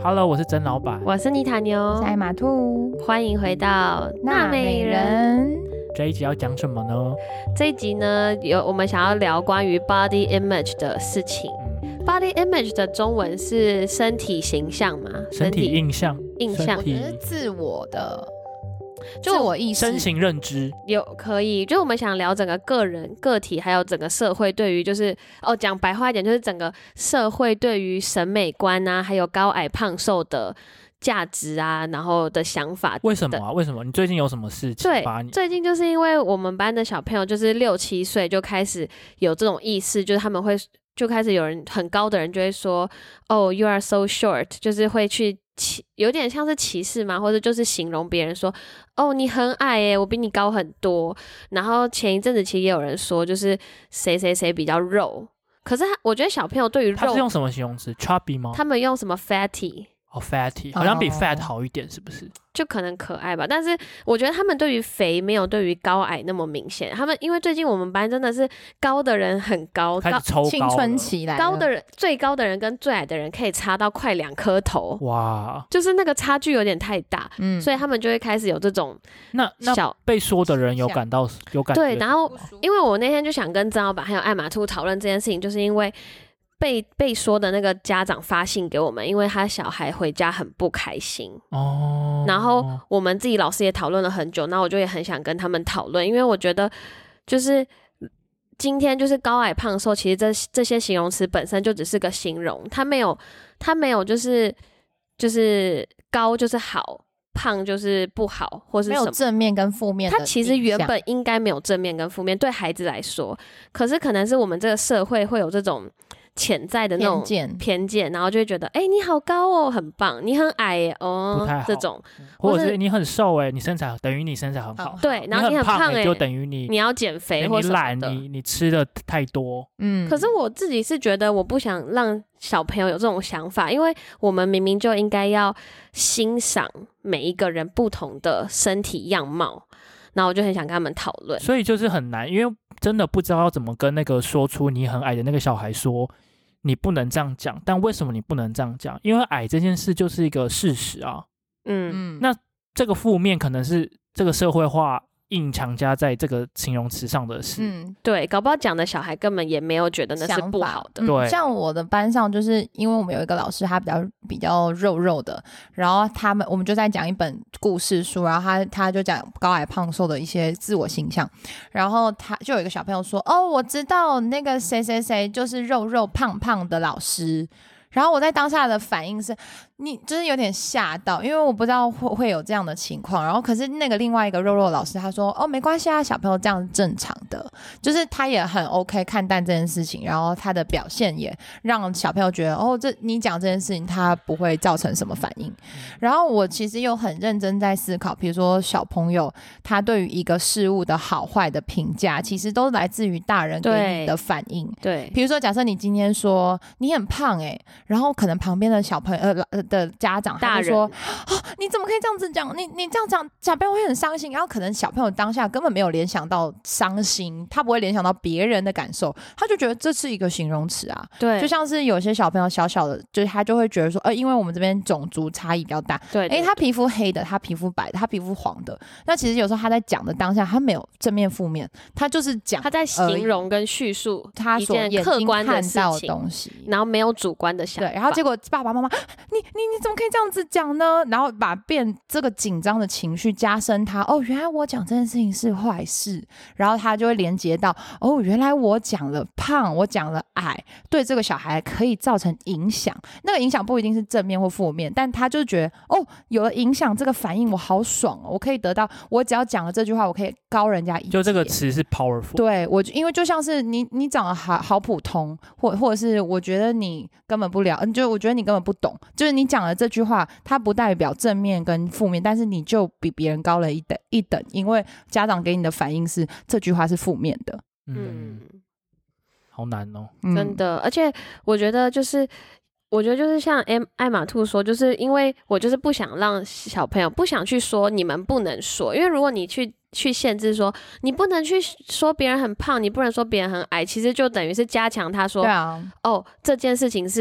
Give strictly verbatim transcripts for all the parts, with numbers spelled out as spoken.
Hello， 我是曾老板， 我是妮塔牛， 我是艾玛兔， 欢迎回到娜美人。 这一集要讲什么呢？ 这一集呢，有我们想要聊关于 body image 的事情。嗯、body image 的中文是身体形象吗？ 身体印象， 印象， 我觉得是自我的。 就自我意识、 身形认知有可以，就我们想聊整个个人、个体，还有整个社会对于就是哦，讲白话一点，就是整个社会对于审美观啊，还有高矮胖瘦的价值啊，然后的想法。 为什么啊？为什么？你最近有什么事情？ 对，最近就是因为我们班的小朋友就是六七岁就开始有这种意识，就是他们会就开始有人很高的人就会说，哦 ，you are so short， 就是会去。有点像是歧视嘛，或者就是形容别人说，哦，你很矮耶，我比你高很多。然后前一阵子其实也有人说，就是谁谁谁比较肉。可是他我觉得小朋友对于肉， 他是用什么形容词 ？chubby 吗？ 他们用什么 fatty？ 哦 ，fatty 好像比 fat 好一点，是不是？ 就可能可爱吧，但是我觉得他们对于肥没有对于高矮那么明显。他们因为最近我们班真的是高的人很高， 开始抽高了， 青春期来了， 高的人最高的人跟最矮的人可以差到快两颗头， 哇， 就是那个差距有点太大，嗯，所以他们就会开始有这种那那被说的人有感到有感觉对，然后因为我那天就想跟曾老板还有艾玛兔讨论这件事情，就是因为。被被说的那个家长发信给我们，因为他小孩回家很不开心哦，然后我们自己老师也讨论了很久，那我就也很想跟他们讨论，因为我觉得就是今天就是高矮胖瘦，其实这这些形容词本身就只是个形容，它没有它没有就是就是高就是好。胖就是不好，或是什么没有正面跟负面的。 它其实原本应该没有正面跟负面，对孩子来说，可是可能是我们这个社会会有这种潜在的那种偏见，偏见然后就会觉得，哎、欸，你好高哦，很棒；你很矮耶，哦， 不太好这种， 或者是你很瘦哎，你身材等于你身材很好， 对，然后你很胖哎， 就等于你你要减肥或者你懒，你你吃的太多， 嗯。可是我自己是觉得，我不想让小朋友有这种想法，因为我们明明就应该要欣赏每一个人不同的身体样貌，然后我就很想跟他们讨论。 所以就是很难，因为真的不知道要怎么跟那个说出你很矮的那个小孩说，你不能这样讲。但为什么你不能这样讲？因为矮这件事就是一个事实啊。嗯，那这个负面可能是这个社会化硬强加在这个形容词上的事， 嗯，对，搞不好讲的小孩根本也没有觉得那是不好的。 对、嗯，像我的班上，就是因为我们有一个老师，他比较比较肉肉的，然后他们我们就在讲一本故事书，然后他他就讲高矮胖瘦的一些自我形象，然后他就有一个小朋友说，哦，我知道那个谁谁谁就是肉肉胖胖的老师。然后我在当下的反应是，你就是有点吓到，因为我不知道会会有这样的情况。然后可是那个另外一个肉肉老师他说，哦，没关系啊，小朋友这样是正常的，就是他也很 OK 看待这件事情，然后他的表现也让小朋友觉得，哦，这你讲这件事情他不会造成什么反应。然后我其实又很认真在思考，比如说小朋友他对于一个事物的好坏的评价，其实都来自于大人给你的反应。 对， 比如说假设你今天说你很胖欸，然后可能旁边的小朋友呃的家长他就说，哦，你怎么可以这样子讲？你你这样讲，小朋友会很伤心。然后可能小朋友当下根本没有联想到伤心，他不会联想到别人的感受，他就觉得这是一个形容词啊。 对， 就像是有些小朋友小小的，就是他就会觉得说，呃，因为我们这边种族差异比较大， 对， 哎，他皮肤黑的，他皮肤白的，他皮肤黄的。那其实有时候他在讲的当下，他没有正面负面，他就是讲他在形容跟叙述他所客观的看到的东西， 然后没有主观的想法。 对，然后结果爸爸妈妈，你你你怎么可以这样子讲呢？然后把变这个紧张的情绪加深他，哦，原来我讲这件事情是坏事，然后他就会连接到，哦，原来我讲了胖，我讲了矮，对这个小孩可以造成影响。那个影响不一定是正面或负面，但他就觉得，哦，有了影响，这个反应我好爽哦，我可以得到，我只要讲了这句话，我可以高人家一截。 就这个词是 powerful。 对，我因为就像是你你长得好好普通，或或者是我觉得你根本不了，就我觉得你根本不懂，就是你讲的这句话，它不代表正面跟负面，但是你就比别人高了一等一等，因为家长给你的反应是这句话是负面的。 嗯，好难哦， 真的，而且我觉得就是。我觉得就是像艾玛兔说，就是因为我就是不想让小朋友不想去说你们不能说，因为如果你去去限制说你不能去说别人很胖，你不能说别人很矮，其实就等于是加强他说， 对啊， 哦，这件事情是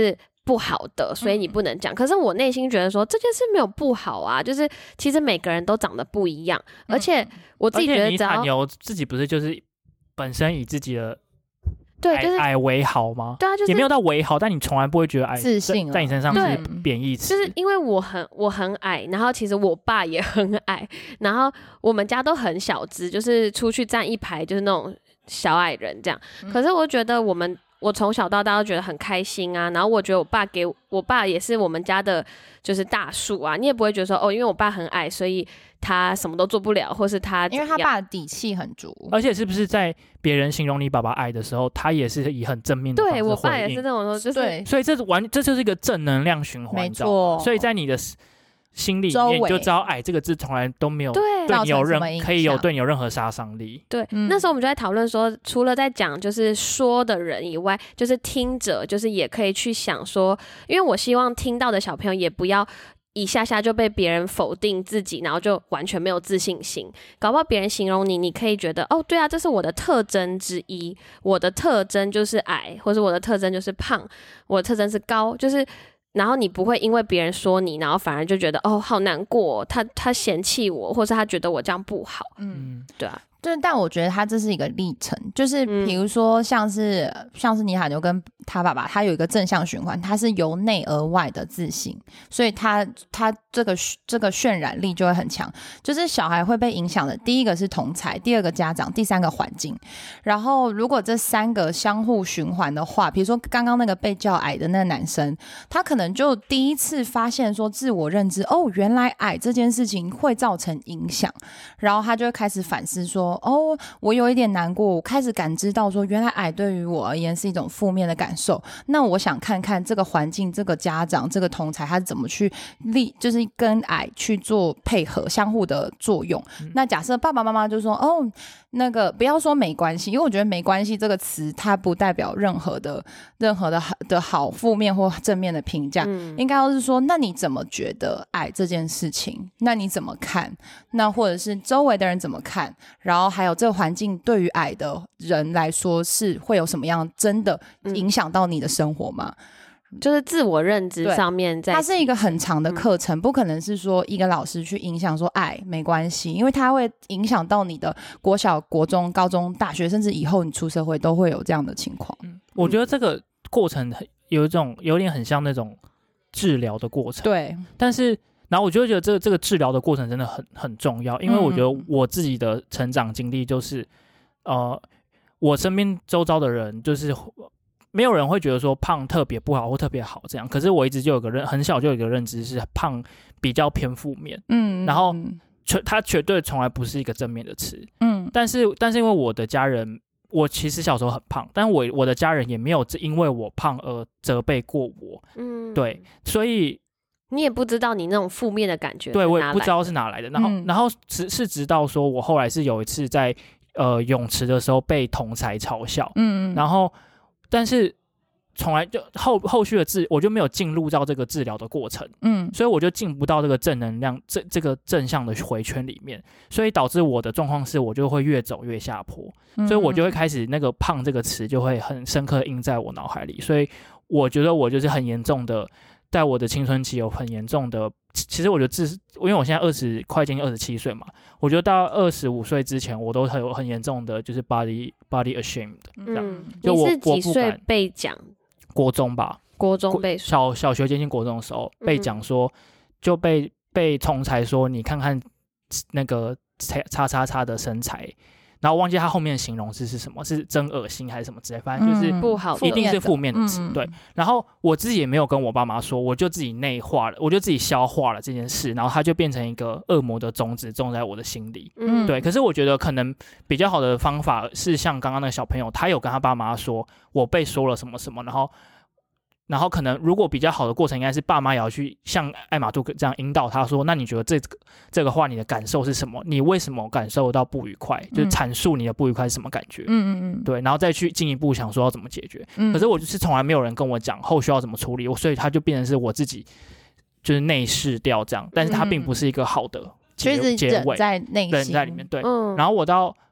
不好的，所以你不能讲。嗯、可是我内心觉得说这件事没有不好啊，就是其实每个人都长得不一样，嗯、而且我自己觉得只要， 而且你牛自己不是就是本身以自己的。 对，就是矮为豪吗？ 对啊，就是也没有到为豪，但你从来不会觉得矮自信在你身上是贬义词。 就是因为我很我很矮，然后其实我爸也很矮，然后我们家都很小只，就是出去站一排就是那种小矮人这样。嗯、可是我觉得我们我从小到大都觉得很开心啊，然后我觉得我爸给我爸也是我们家的就是大树啊，你也不会觉得说哦，因为我爸很矮，所以他什么都做不了，或是他因为他爸的底气很足， 而且是不是在别人形容你爸爸矮的时候，他也是以很正面的方式回应。 对，我爸也是那种说，就是对， 所以这完这就是一个正能量循环， 没错。 所以在你的心里面，你就知道矮这个字从来都没有对你有任可以有对你有任何杀伤力。 对，嗯、那时候我们就在讨论说，除了在讲就是说的人以外，就是听者，就是也可以去想说，因为我希望听到的小朋友也不要。一下下就被别人否定自己，然后就完全没有自信心。搞不好别人形容你，你可以觉得哦，对啊，这是我的特征之一。我的特征就是矮，或者我的特征就是胖，我的特征是高，就是然后你不会因为别人说你，然后反而就觉得哦，好难过哦，他他嫌弃我，或是他觉得我这样不好。嗯，对啊。 对，但我觉得他这是一个历程，就是比如说像是、嗯、像是尼哈牛跟他爸爸，他有一个正向循环，他是由内而外的自信，所以他他这个这个渲染力就会很强。就是小孩会被影响的，第一个是同侪，第二个家长，第三个环境。然后如果这三个相互循环的话，比如说刚刚那个被叫矮的那个男生，他可能就第一次发现说自我认知，哦，原来矮这件事情会造成影响，然后他就会开始反思说。哦，我有一点难过，我开始感知到说，原来矮对于我而言是一种负面的感受。那我想看看这个环境、这个家长、这个同侪，他怎么去立，就是跟矮去做配合、相互的作用。嗯、那假设爸爸妈妈就说，哦，那个不要说没关系，因为我觉得没关系这个词，它不代表任何的、任何的的好、负面或正面的评价。嗯、应该要是说，那你怎么觉得矮这件事情？那你怎么看？那或者是周围的人怎么看？然后还有这个环境对于矮的人来说是会有什么样真的影响到你的生活吗？ 嗯、就是自我认知上面在， 它是一个很长的课程，嗯、不可能是说一个老师去影响说矮没关系，因为它会影响到你的国小、国中、高中、大学，甚至以后你出社会都会有这样的情况。 嗯、我觉得这个过程有一种有点很像那种治疗的过程， 对， 但是。然后我就觉得这个这个治疗的过程真的很很重要，因为我觉得我自己的成长经历就是，呃，我身边周遭的人就是没有人会觉得说胖特别不好或特别好这样，可是我一直就有个认很小就有一个认知是胖比较偏负面，嗯，然后它绝对从来不是一个正面的词，嗯，但是但是因为我的家人，我其实小时候很胖，但我我的家人也没有因为我胖而责备过我，嗯，对，所以。 你也不知道你那种负面的感觉， 对，我也不知道是哪来的。然后，嗯、然后是是直到说我后来是有一次在呃泳池的时候被同侪嘲笑，嗯嗯，然后但是从来就后后续的治，我就没有进入到这个治疗的过程，嗯，所以我就进不到这个正能量这这个正向的回圈里面，所以导致我的状况是我就会越走越下坡，嗯、所以我就会开始那个胖这个词就会很深刻的印在我脑海里，所以我觉得我就是很严重的。在我的青春期有很严重的，其实我觉得自，因为我现在二十快接近二十七岁嘛，我觉得到二十五岁之前，我都很有很严重的，就是 body body ashamed 这样。 嗯，就我你是几岁被讲？ 国中吧， 国中被小小学接近国中的时候被讲说，就被被同侪说，你看看那个叉叉叉的身材。然后我忘记他后面的形容词是什么，是真恶心还是什么之类，反正就是不好， 一定是负面的词。 嗯、 对，然后我自己也没有跟我爸妈说，我就自己内化了，我就自己消化了这件事，然后它就变成一个恶魔的种子种在我的心里。嗯，对。可是我觉得可能比较好的方法是像刚刚那个小朋友，他有跟他爸妈说我被说了什么什么，然后。然后可能如果比较好的过程，应该是爸妈也要去像艾玛杜这样引导他说，那你觉得这个这个话你的感受是什么？你为什么感受到不愉快？就是阐述你的不愉快是什么感觉？嗯嗯嗯，对，然后再去进一步想说要怎么解决。嗯、可是我就是从来没有人跟我讲后续要怎么处理，我所以他就变成是我自己就是内视掉这样，但是它并不是一个好的结、嗯、结尾， 在内心人在里面对。嗯、然后我到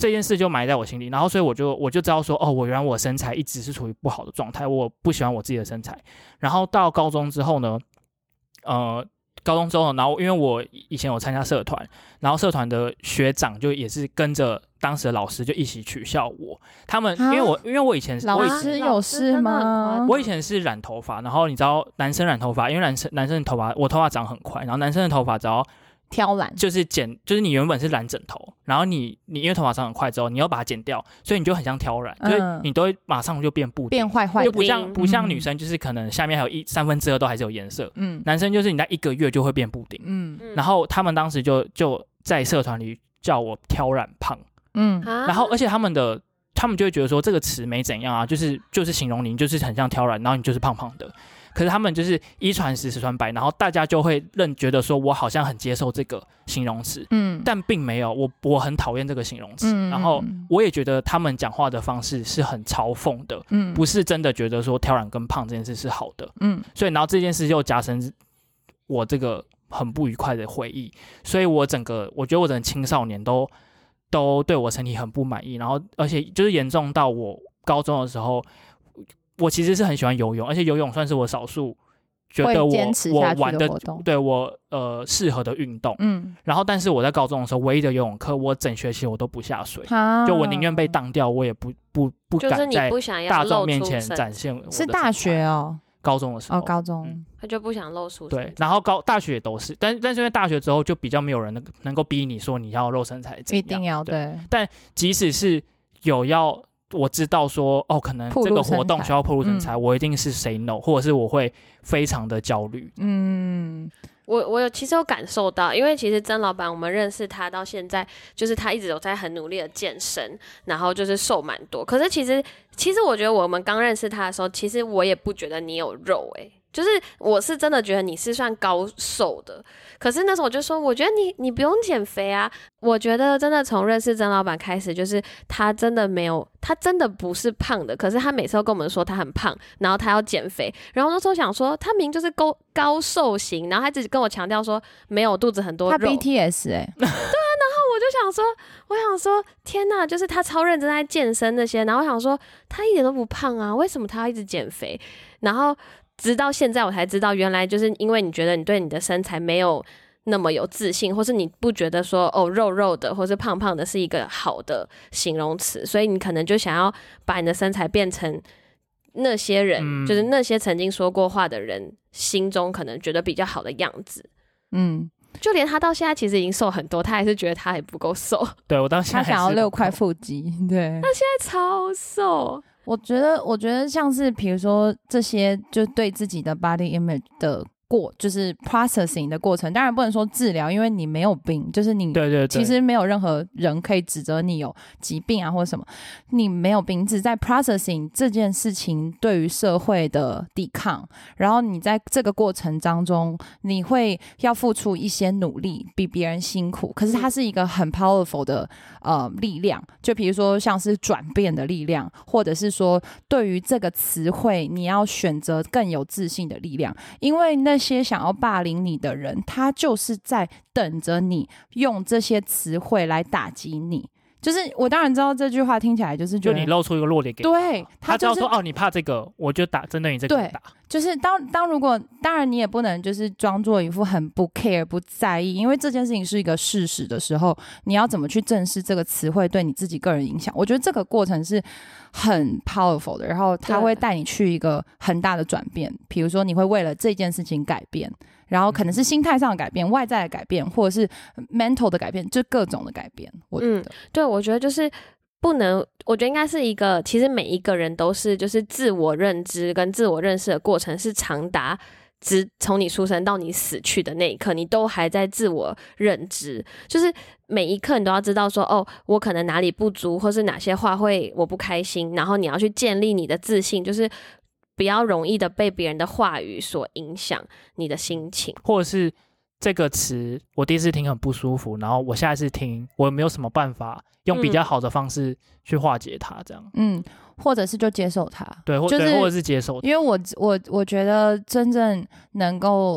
这件事就埋在我心里，然后所以我就我就知道说，哦，我原来我身材一直是处于不好的状态，我不喜欢我自己的身材。然后到高中之后呢，呃。高中之后，然后因为我以前有参加社团，然后社团的学长就也是跟着当时的老师就一起取笑我。他们、啊、因为我因为我以前老师有事吗？ 我以前是染头发，然后你知道男生染头发，因为男生男生的头发我头发长很快，然后男生的头发只要挑染就是剪，就是你原本是染枕头，然后你你因为头发长很快之后，你要把它剪掉，所以你就很像挑染，嗯、就是你都会马上就变布丁， 变坏坏， 就不像不像女生，就是可能下面还有一三分之二都还是有颜色，嗯，男生就是你在一个月就会变布丁，嗯，然后他们当时就就在社团里叫我挑染胖，嗯，然后而且他们的他们就会觉得说这个词没怎样啊，就是就是形容你就是很像挑染，然后你就是胖胖的。可是他们就是一传十，十传百，然后大家就会认觉得说我好像很接受这个形容词，嗯，但并没有，我我很讨厌这个形容词，嗯，然后我也觉得他们讲话的方式是很嘲讽的，嗯，不是真的觉得说挑染跟胖这件事是好的，嗯，所以然后这件事就加深我这个很不愉快的回忆，所以我整个我觉得我整个青少年都都对我身体很不满意，然后而且就是严重到我高中的时候。我其实是很喜欢游泳，而且游泳算是我少数觉得我我玩的对我呃适合的运动。嗯，然后但是我在高中的时候，唯一的游泳课，我整学期我都不下水，啊、就我宁愿被当掉，我也不不不敢在大众面前展现我的。 是大学哦， 高中的时候哦，高中、嗯、 他就不想露出身材。 对，然后高大学也都是，但但是因为大学之后就比较没有人能能够逼你说你要露身材怎样， 一定要 对, 对。 但即使是有要。我知道说哦，可能这个活动需要暴露身材，嗯、我一定是 say no， 或者是我会非常的焦虑。 嗯，我我有其实有感受到，因为其实曾老板我们认识他到现在，就是他一直有在很努力的健身，然后就是瘦蛮多。可是其实其实我觉得我们刚认识他的时候，其实我也不觉得你有肉哎、欸。就是我是真的觉得你是算高瘦的，可是那时候我就说，我觉得你你不用减肥啊。我觉得真的从认识曾老板开始，就是他真的没有，他真的不是胖的，可是他每次都跟我们说他很胖，然后他要减肥。然后那时候想说，他明明就是高高瘦型，然后他一直跟我强调说没有肚子很多肉。 他 B T S 哎、欸， 对啊，然后我就想说，我想说，天哪，就是他超认真在健身那些，然后我想说他一点都不胖啊，为什么他要一直减肥？然后。直到现在我才知道，原来就是因为你觉得你对你的身材没有那么有自信，或是你不觉得说哦肉肉的或是胖胖的是一个好的形容词，所以你可能就想要把你的身材变成那些人、嗯、就是那些曾经说过话的人心中可能觉得比较好的样子。嗯，就连他到现在其实已经瘦很多，他还是觉得他还不够瘦。 对，我到现在他想要六块腹肌，对， 他现在超瘦。 我觉得，我觉得像是比如说这些，就对自己的 body image 的过，就是 processing 的过程，当然不能说治疗，因为你没有病，就是你对对对， 其实没有任何人可以指责你有疾病啊或者什么，你没有病，只是在 processing 这件事情对于社会的抵抗，然后你在这个过程当中，你会要付出一些努力，比别人辛苦，可是它是一个很 powerful 的呃力量，就比如说像是转变的力量，或者是说对于这个词汇你要选择更有自信的力量，因为那些想要霸凌你的人，他就是在等着你用这些词汇来打击你。就是我当然知道这句话听起来就是觉得就你露出一个弱点给对他， 就是、 他知道说哦你怕这个我就打针对你这个打， 就是当当如果当然你也不能就是装作一副很不 care 不在意，因为这件事情是一个事实的时候，你要怎么去正视这个词汇对你自己个人影响，我觉得这个过程是很 powerful 的，然后它会带你去一个很大的转变，比如说你会为了这件事情改变，然后可能是心态上的改变、外在的改变，或者是 mental 的改变，就各种的改变。我觉得、嗯、 对，我觉得就是不能，我觉得应该是一个，其实每一个人都是就是自我认知跟自我认识的过程是长达只从你出生到你死去的那一刻，你都还在自我认知，就是每一刻你都要知道说哦我可能哪里不足，或是哪些话会我不开心，然后你要去建立你的自信，就是不要容易的被别人的话语所影响你的心情， 或者是这个词我第一次听很不舒服，然后我下一次听我有没有什么办法用比较好的方式去化解它，这样嗯，或者是就接受它， 对，或、就是、或者是接受它， 因为我我我觉得真正能够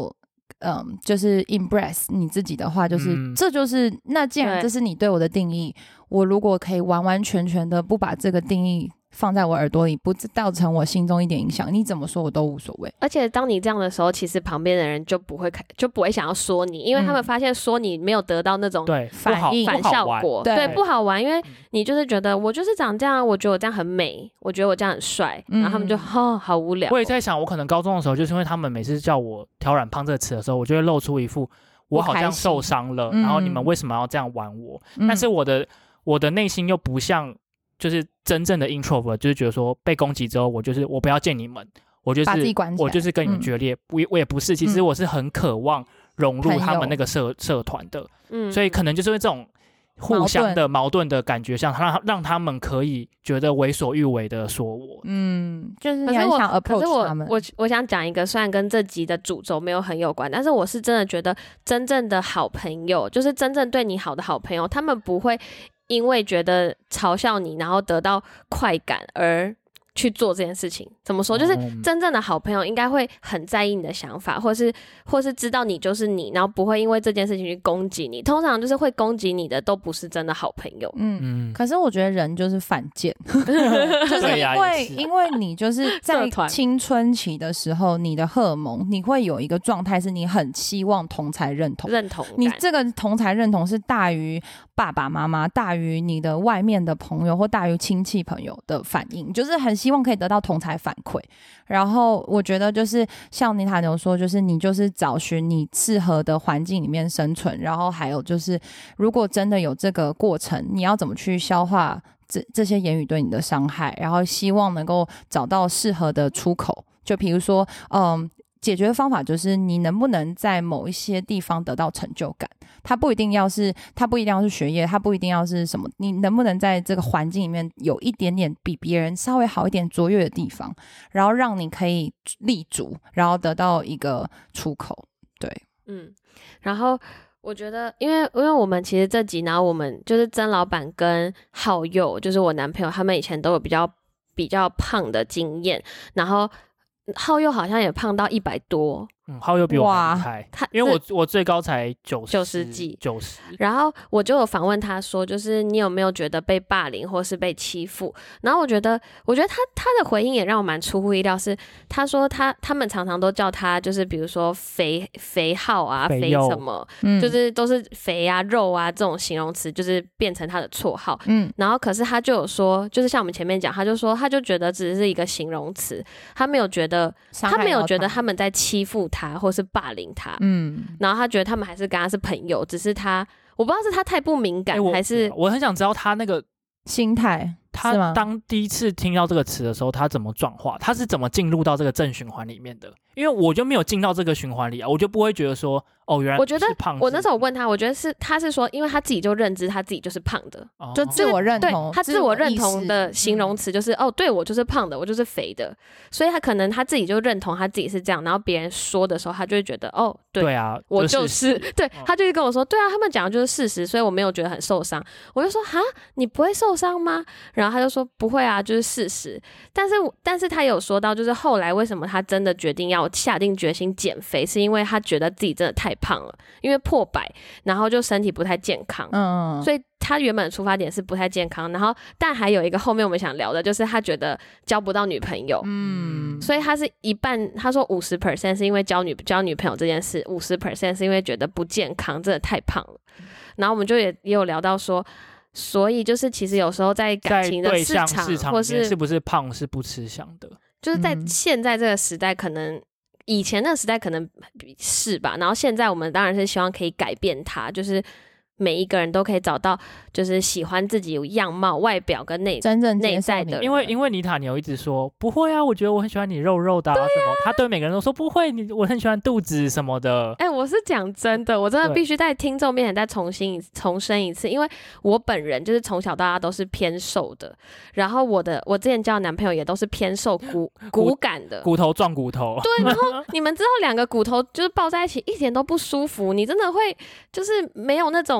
嗯，就是 embrace 你自己的话，就是、嗯、这就是那既然这是你对我的定义，我如果可以完完全全的不把这个定义放在我耳朵里，不造成我心中一点影响，你怎么说我都无所谓。 而且当你这样的时候，其实旁边的人就不会就不会想要说你，因为他们发现说你没有得到那种反应、反效果，对，不好玩，因为你就是觉得我就是长这样，我觉得我这样很美，我觉得我这样很帅，然后他们就哦好无聊。 我也在想，我可能高中的时候，就是因为他们每次叫我挑软胖这个词的时候，我就会露出一副我好像受伤了，然后你们为什么要这样玩我？嗯、但是我的我的内心又不像。就是真正的 introvert， 就是觉得说被攻击之后，我就是我不要见你们，我就是我就是跟你们决裂。我、嗯、我也不是，其实我是很渴望融入他们那个社社团的，嗯，所以可能就是因为这种互相的矛盾的感觉，像让让他们可以觉得为所欲为的说我， 嗯，就是你很想 approach 他们。 我我想讲一个，虽然跟这集的主轴没有很有关，但是我是真的觉得真正的好朋友，就是真正对你好的好朋友，他们不会。因为觉得嘲笑你，然后得到快感而去做这件事情，怎么说？就是真正的好朋友应该会很在意你的想法，或是或是知道你就是你，然后不会因为这件事情去攻击你。通常就是会攻击你的，都不是真的好朋友。 嗯嗯。可是我觉得人就是犯贱，就是因为因为你就是在青春期的时候，你的荷尔蒙你会有一个状态，是你很希望同侪认同， 认同你这个同侪认同是大于爸爸妈妈，大于你的外面的朋友，或大于亲戚朋友的反应，就是很希望可以得到同侪反馈。然后我觉得就是像妮塔牛说，就是你就是找寻你适合的环境里面生存，然后还有就是如果真的有这个过程，你要怎么去消化这这些言语对你的伤害，然后希望能够找到适合的出口。就比如说嗯解决的方法就是你能不能在某一些地方得到成就感，它不一定要是它不一定要是学业，它不一定要是什么，你能不能在这个环境里面有一点点比别人稍微好一点卓越的地方，然后让你可以立足，然后得到一个出口。对， 嗯，然后我觉得因为因为我们其实这集，然后我们就是曾老板跟浩佑，就是我男朋友，他们以前都有比较比较胖的经验，然后浩佑好像也胖到一百多， 嗯，浩佑比我还厉害，因为我我最高才九十九十几九十， 然后我就有访问他说，就是你有没有觉得被霸凌或是被欺负？然后我觉得，我觉得他他的回应也让我蛮出乎意料，是他说他他们常常都叫他就是比如说肥肥浩啊，肥什么，嗯、就是都是肥啊肉啊这种形容词，就是变成他的绰号。嗯，然后可是他就有说，就是像我们前面讲，他就说他就觉得只是一个形容词，他没有觉得他没有觉得他们在欺负他或是霸凌他，嗯，然后他觉得他们还是跟他是朋友，只是他我不知道是他太不敏感，欸、还是我很想知道他那个心态， 他当第一次听到这个词的时候，他怎么转化，他是怎么进入到这个正循环里面的？因为我就没有进到这个循环里啊，我就不会觉得说哦，原来我觉得我那时候问他，我觉得是他是说，因为他自己就认知他自己就是胖的， 哦、就自我认同， 他自我认同的形容词就是、嗯、哦，对我就是胖的，我就是肥的，所以他可能他自己就认同他自己是这样，然后别人说的时候，他就会觉得哦，对， 对啊， 我就是，对，他就会跟我说，对啊，他们讲的就是事实，所以我没有觉得很受伤。我就说哈，你不会受伤吗？然后他就说不会啊，就是事实。但是但是他有说到，就是后来为什么他真的决定要下定决心减肥，是因为他觉得自己真的太胖了，因为破百，然后就身体不太健康，嗯，所以他原本的出发点是不太健康，然后但还有一个后面我们想聊的，就是他觉得交不到女朋友，嗯，所以他是一半，他说 百分之五十 是因为交女交女朋友这件事， 百分之五十 是因为觉得不健康，真的太胖了。然后我们就也也有聊到说，所以就是其实有时候在感情的市场， 市场或是是不是胖是不吃香的， 就是在现在这个时代，可能以前那个时代可能是吧，然后现在我们当然是希望可以改变它，就是每一个人都可以找到就是喜欢自己有样貌外表跟内真正内在的人。 因为因为妮塔牛一直说不会啊，我觉得我很喜欢你肉肉的啊，什么他对每个人都说不会，你我很喜欢肚子什么的。 哎、欸，我是讲真的，我真的必须在听众面前再重新重申一次，因为我本人就是从小到大都是偏瘦的，然后我的我之前交的男朋友也都是偏瘦骨骨感的， 骨头撞骨头。 对，然后你们知道两个骨头就是抱在一起一点都不舒服，你真的会就是没有那种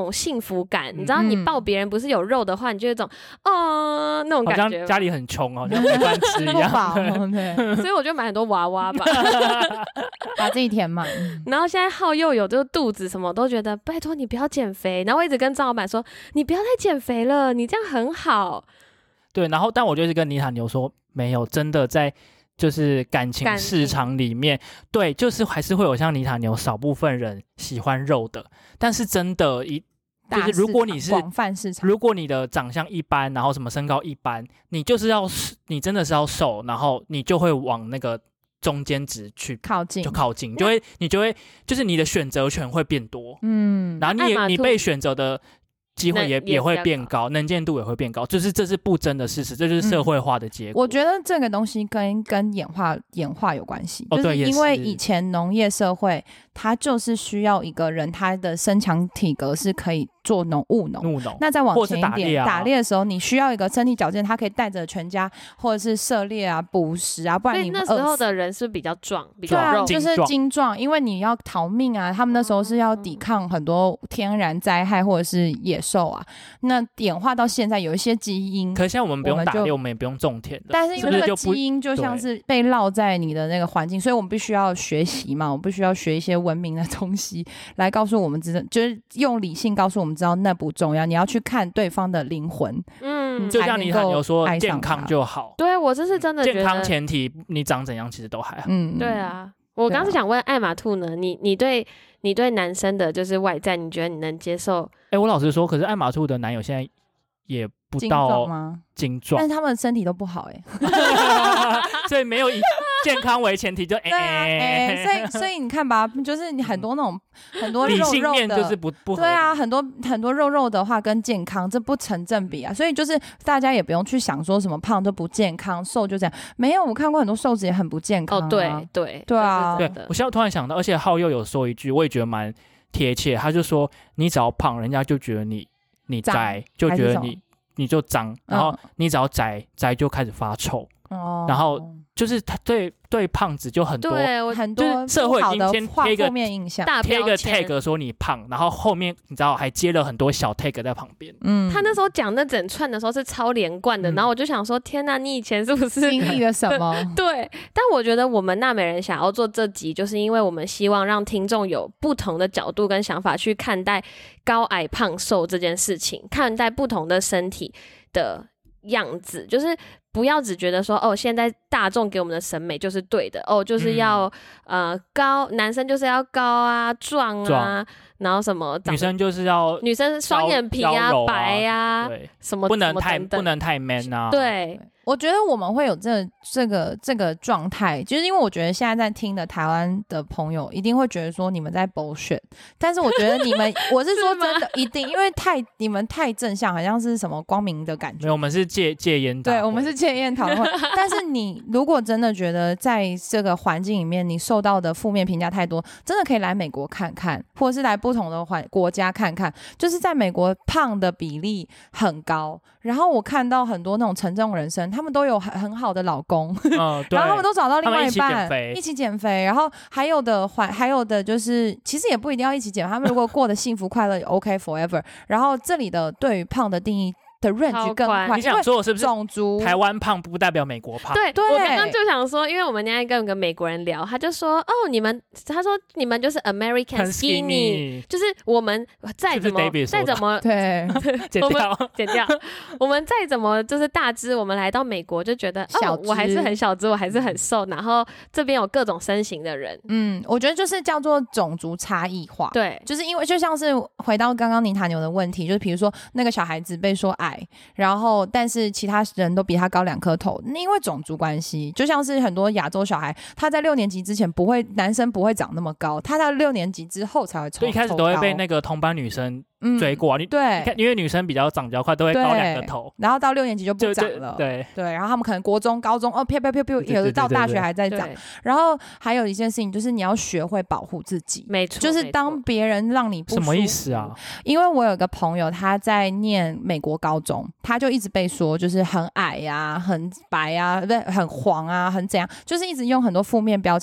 种幸福感，嗯、你知道你抱别人不是有肉的话，你就有一种哦那种感觉， 好像家里很穷哦，像没饭吃一样。 对， 所以我就买很多娃娃吧， 把自己填满。 然后现在浩佑有这个肚子什么，都觉得拜托你不要减肥，然后我一直跟张老板说你不要再减肥了，你这样很好。对， 然后但我就是跟妮塔牛说，没有，真的在。就是感情市场里面，对，就是还是会有像妮塔牛少部分人喜欢肉的，但是真的一就是如果你是广泛市场， 如果你的长相一般，然后什么身高一般，你就是要你真的是要瘦，然后你就会往那个中间值去靠近， 就靠近，就会你就会就是你的选择权会变多，嗯，然后你也你被选择的机会也也会变高，能见度也会变高，就是这是不争的事实，这就是社会化的结果。 嗯、我觉得这个东西跟跟演化演化有关系， 哦、 就是因为以前农业社会，它就是需要一个人，他的身强体格是可以做农务农， 务农。 那再往前一点， 打猎啊、 打猎的时候，你需要一个身体矫健，他可以带着全家或者是狩猎啊、捕食啊，不然你那时候的人是比较壮，比较肉， 对啊，就是精壮，因为你要逃命啊。他们那时候是要抵抗很多天然灾害或者是野兽啊。那演化到现在，有一些基因， 可是现在我们不用打猎，我们也不用种田的， 但是因为那个基因就像是被烙在你的那个环境，所以我们必须要学习嘛，我们必须要学一些文明的东西来告诉我们知道，就是用理性告诉我们知道那不重要，你要去看对方的灵魂， 嗯，就像你很有说健康就好， 对我这是真的觉得健康前提你长怎样其实都还好， 嗯，对啊。我刚刚是想问艾玛兔呢，你你对你对男生的就是外在，你觉得你能接受？ 哎、欸，我老实说，可是艾玛兔的男友现在也不到精壮， 但是他们身体都不好哎、欸， 所以没有以健康为前提就哎哎、 欸欸，所以所以你看吧，就是你很多那种很多肉肉的， 理性面就是不不对啊，很多很多肉肉的话跟健康这不成正比啊，所以就是大家也不用去想说什么胖都不健康，瘦就这样，没有，我看过很多瘦子也很不健康、啊， 哦，对对对啊， 对，我现在突然想到，而且浩佑有说一句，我也觉得蛮贴切，他就说你只要胖，人家就觉得你你宅，就觉得你你就脏，然后你只要宅宅就开始发臭，哦、然后就是他对对胖子就很多对很多就是社会已经先贴一个负面印象， 贴一个 tag 说你胖，然后后面你知道还接了很多小 tag 在旁边。 嗯，他那时候讲那整串的时候是超连贯的，嗯、然后我就想说，天哪，你以前是不是经历了什么？ 对，但我觉得我们纳美人想要做这集，就是因为我们希望让听众有不同的角度跟想法去看待高矮胖瘦这件事情，看待不同的身体的样子，就是不要只觉得说哦，现在大众给我们的审美就是对的哦，就是要、嗯、呃高，男生就是要高啊、壮啊，壮然后什么女生就是要女生双眼皮啊、啊白啊， 对， 什么不能太不能太 man 啊， 对。 我觉得我们会有这这个这个状态，就是因为我觉得现在在听的台湾的朋友一定会觉得说你们在 bullshit， 但是我觉得你们我是说真的一定，因为太你们太正向，好像是什么光明的感觉。 没有，我们是戒戒烟， 对，我们是戒烟讨论会。但是你如果真的觉得在这个环境里面你受到的负面评价太多，真的可以来美国看看，或者是来不同的环国家看看。就是在美国胖的比例很高，然后我看到很多那种成功人生。他们都有很很好的老公，嗯、然后他们都找到另外一半，一起减肥，然后还有的还还有的就是，其实也不一定要一起减肥，他们如果过得幸福快乐也 OK forever。然后这里的对于胖的定义的 range 更宽， 你想说我是不是种族台湾胖不代表美国胖？ 对，对我刚刚就想说，因为我们那天跟一个美国人聊，他就说哦，你们他说你们就是 American skinny， 就是我们再怎么再怎么对剪掉剪掉，我们再怎么就是大只，我们来到美国就觉得哦，我还是很小只，我还是很瘦，然后这边有各种身形的人， 嗯，我觉得就是叫做种族差异化， 对， 就是因为就像是回到刚刚妮塔牛的问题，就是比如说那个小孩子被说矮。然后但是其他人都比他高两颗头，因为种族关系，就像是很多亚洲小孩他在六年级之前不会，男生不会长那么高，他在六年级之后才会所以一开始都会被那个同班女生追过、啊嗯、 对， 因为女生比较长比较快，都会高两个头， 然后到六年级就不长了， 对对, 对，然后他们可能国中高中哦飘飘飘飘，有的到大学还在长，然后还有一件事情就是你要学会保护自己， 没错， 就是当别人让你不舒服， 什么意思啊？ 因为我有个朋友他在念美国高中，他就一直被说就是很矮啊、很白啊、不对，很黄啊、很怎样，就是一直用很多负面标签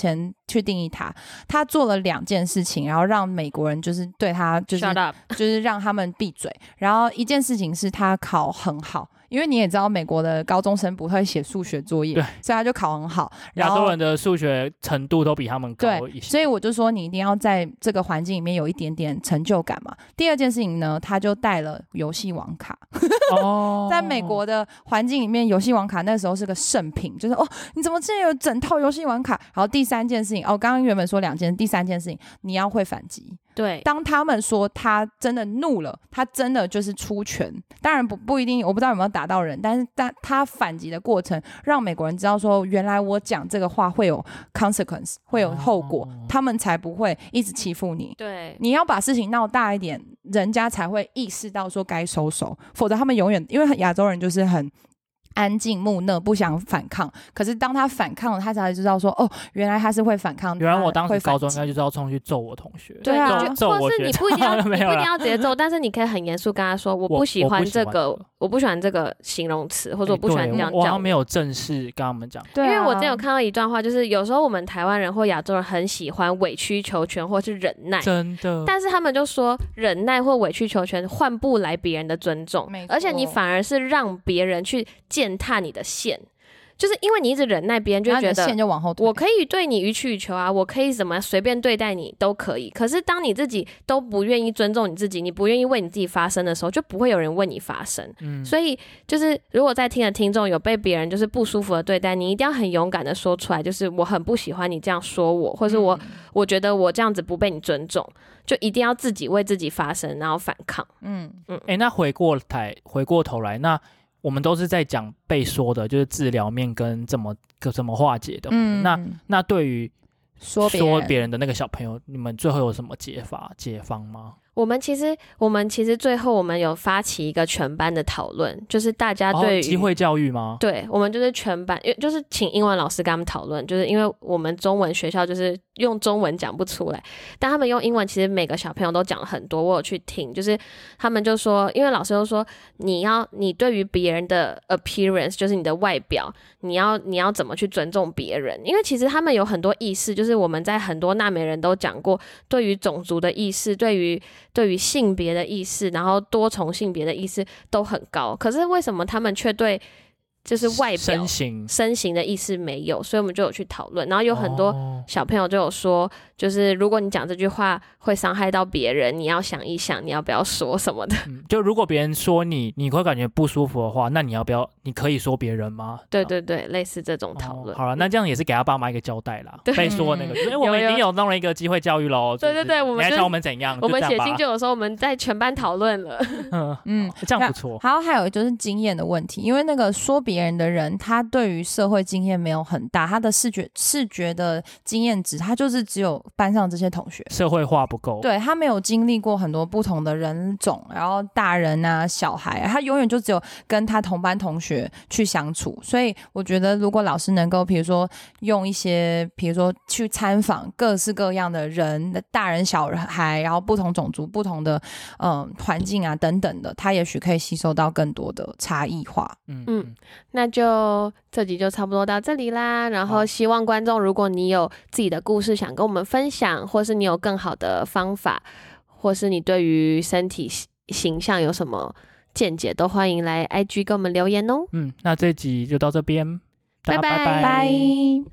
去定义他。他做了两件事情，然后让美国人就是对他就是 Shut up 就是让他们闭嘴。然后一件事情是他考很好。因为你也知道美国的高中生不会写数学作业， 对， 所以他就考很好。 亚洲人的数学程度都比他们高一些， 对，所以我就说你一定要在这个环境里面有一点点成就感嘛。第二件事情呢，他就带了游戏王卡。哦，在美国的环境里面，游戏王卡那时候是个圣品，就是哦，你怎么现在有整套游戏王卡？然后第三件事情，哦，刚刚原本说两件，第三件事情你要会反击。 对， 当他们说他真的怒了，他真的就是出拳，当然不不一定，我不知道有没有打到人，但是他他反击的过程让美国人知道说，原来我讲这个话会有 consequence， 会有后果，哦，他们才不会一直欺负你。 对， 你要把事情闹大一点，人家才会意识到说该收手，否则他们永远，因为亚洲人就是很安静木讷，不想反抗。可是当他反抗了，他才知道说，哦，原来他是会反抗。 原来我当时高中应该就是要冲去揍我同学。 对啊， 揍我或是你不一定要，你不一定要直接揍，但是你可以很严肃跟他说，我不喜欢这个，我不喜欢这个形容词，或者我不喜欢这样叫。 我好像没有正式跟他们讲。 对，因为我之前有看到一段话，就是有时候我们台湾人或亚洲人很喜欢委曲求全或是忍耐， 真的。 但是他们就说，忍耐或委曲求全换不来别人的尊重，而且你反而是让别人去践踏你的线。就是因为你一直忍耐，别人就觉得线就往后退， 我可以对你予取予求啊，我可以怎么随便对待你都可以。可是当你自己都不愿意尊重你自己，你不愿意为你自己发声的时候，就不会有人为你发声。嗯，所以就是如果在听的听众有被别人就是不舒服的对待，你一定要很勇敢的说出来，就是我很不喜欢你这样说我，或是我、嗯、我觉得我这样子不被你尊重，就一定要自己为自己发声，然后反抗。嗯嗯，哎、欸，那回过台回过头来，那我们都是在讲被说的，就是治疗面跟怎么怎么化解的。嗯，那那对于说别人的那个小朋友，你们最后有什么解法解方吗？ 我们其实，我们其实最后我们有发起一个全班的讨论，就是大家对于、哦、 机会教育吗？ 对，我们就是全班，就是请英文老师跟他们讨论，就是因为我们中文学校就是用中文讲不出来，但他们用英文，其实每个小朋友都讲了很多，我有去听，就是他们就说，因为老师都说你要你对于别人的 appearance， 就是你的外表，你要你要怎么去尊重别人，因为其实他们有很多意识，就是我们在很多纳美人都讲过，对于种族的意识，对于对于性别的意识，然后多重性别的意识都很高，可是为什么他们却对就是外表身形身形的意识没有？所以我们就有去讨论，然后有很多小朋友就有说，就是如果你讲这句话会伤害到别人，你要想一想你要不要说什么的、 嗯、就如果别人说你你会感觉不舒服的话，那你要不要你可以说别人吗？ 对对对，类似这种讨论、 哦、好了，那这样也是给他爸妈一个交代啦。被说的那个因为我们已经有弄了一个机会教育咯， 对对对，我们你还想我们怎样？ 我们写信就有说我们在全班讨论了嗯嗯，这样不错。 然后还有就是经验的问题，因为那个说别人的人他对于社会经验没有很大，他的视觉视觉的经验值他就是只有班上这些同学， 社会化不够， 对，他没有经历过很多不同的人种，然后大人啊小孩啊，他永远就只有跟他同班同学去相处。所以我觉得如果老师能够比如说用一些比如说去参访各式各样的人，大人小孩，然后不同种族不同的嗯环境啊等等的，他也许可以吸收到更多的差异化。 嗯嗯，那就这集就差不多到这里啦。然后希望观众，如果你有自己的故事想跟我们分享，或是你有更好的方法，或是你对于身体形象有什么见解，都欢迎来 I G 跟我们留言哦。 嗯，那这集就到这边， 拜拜拜拜。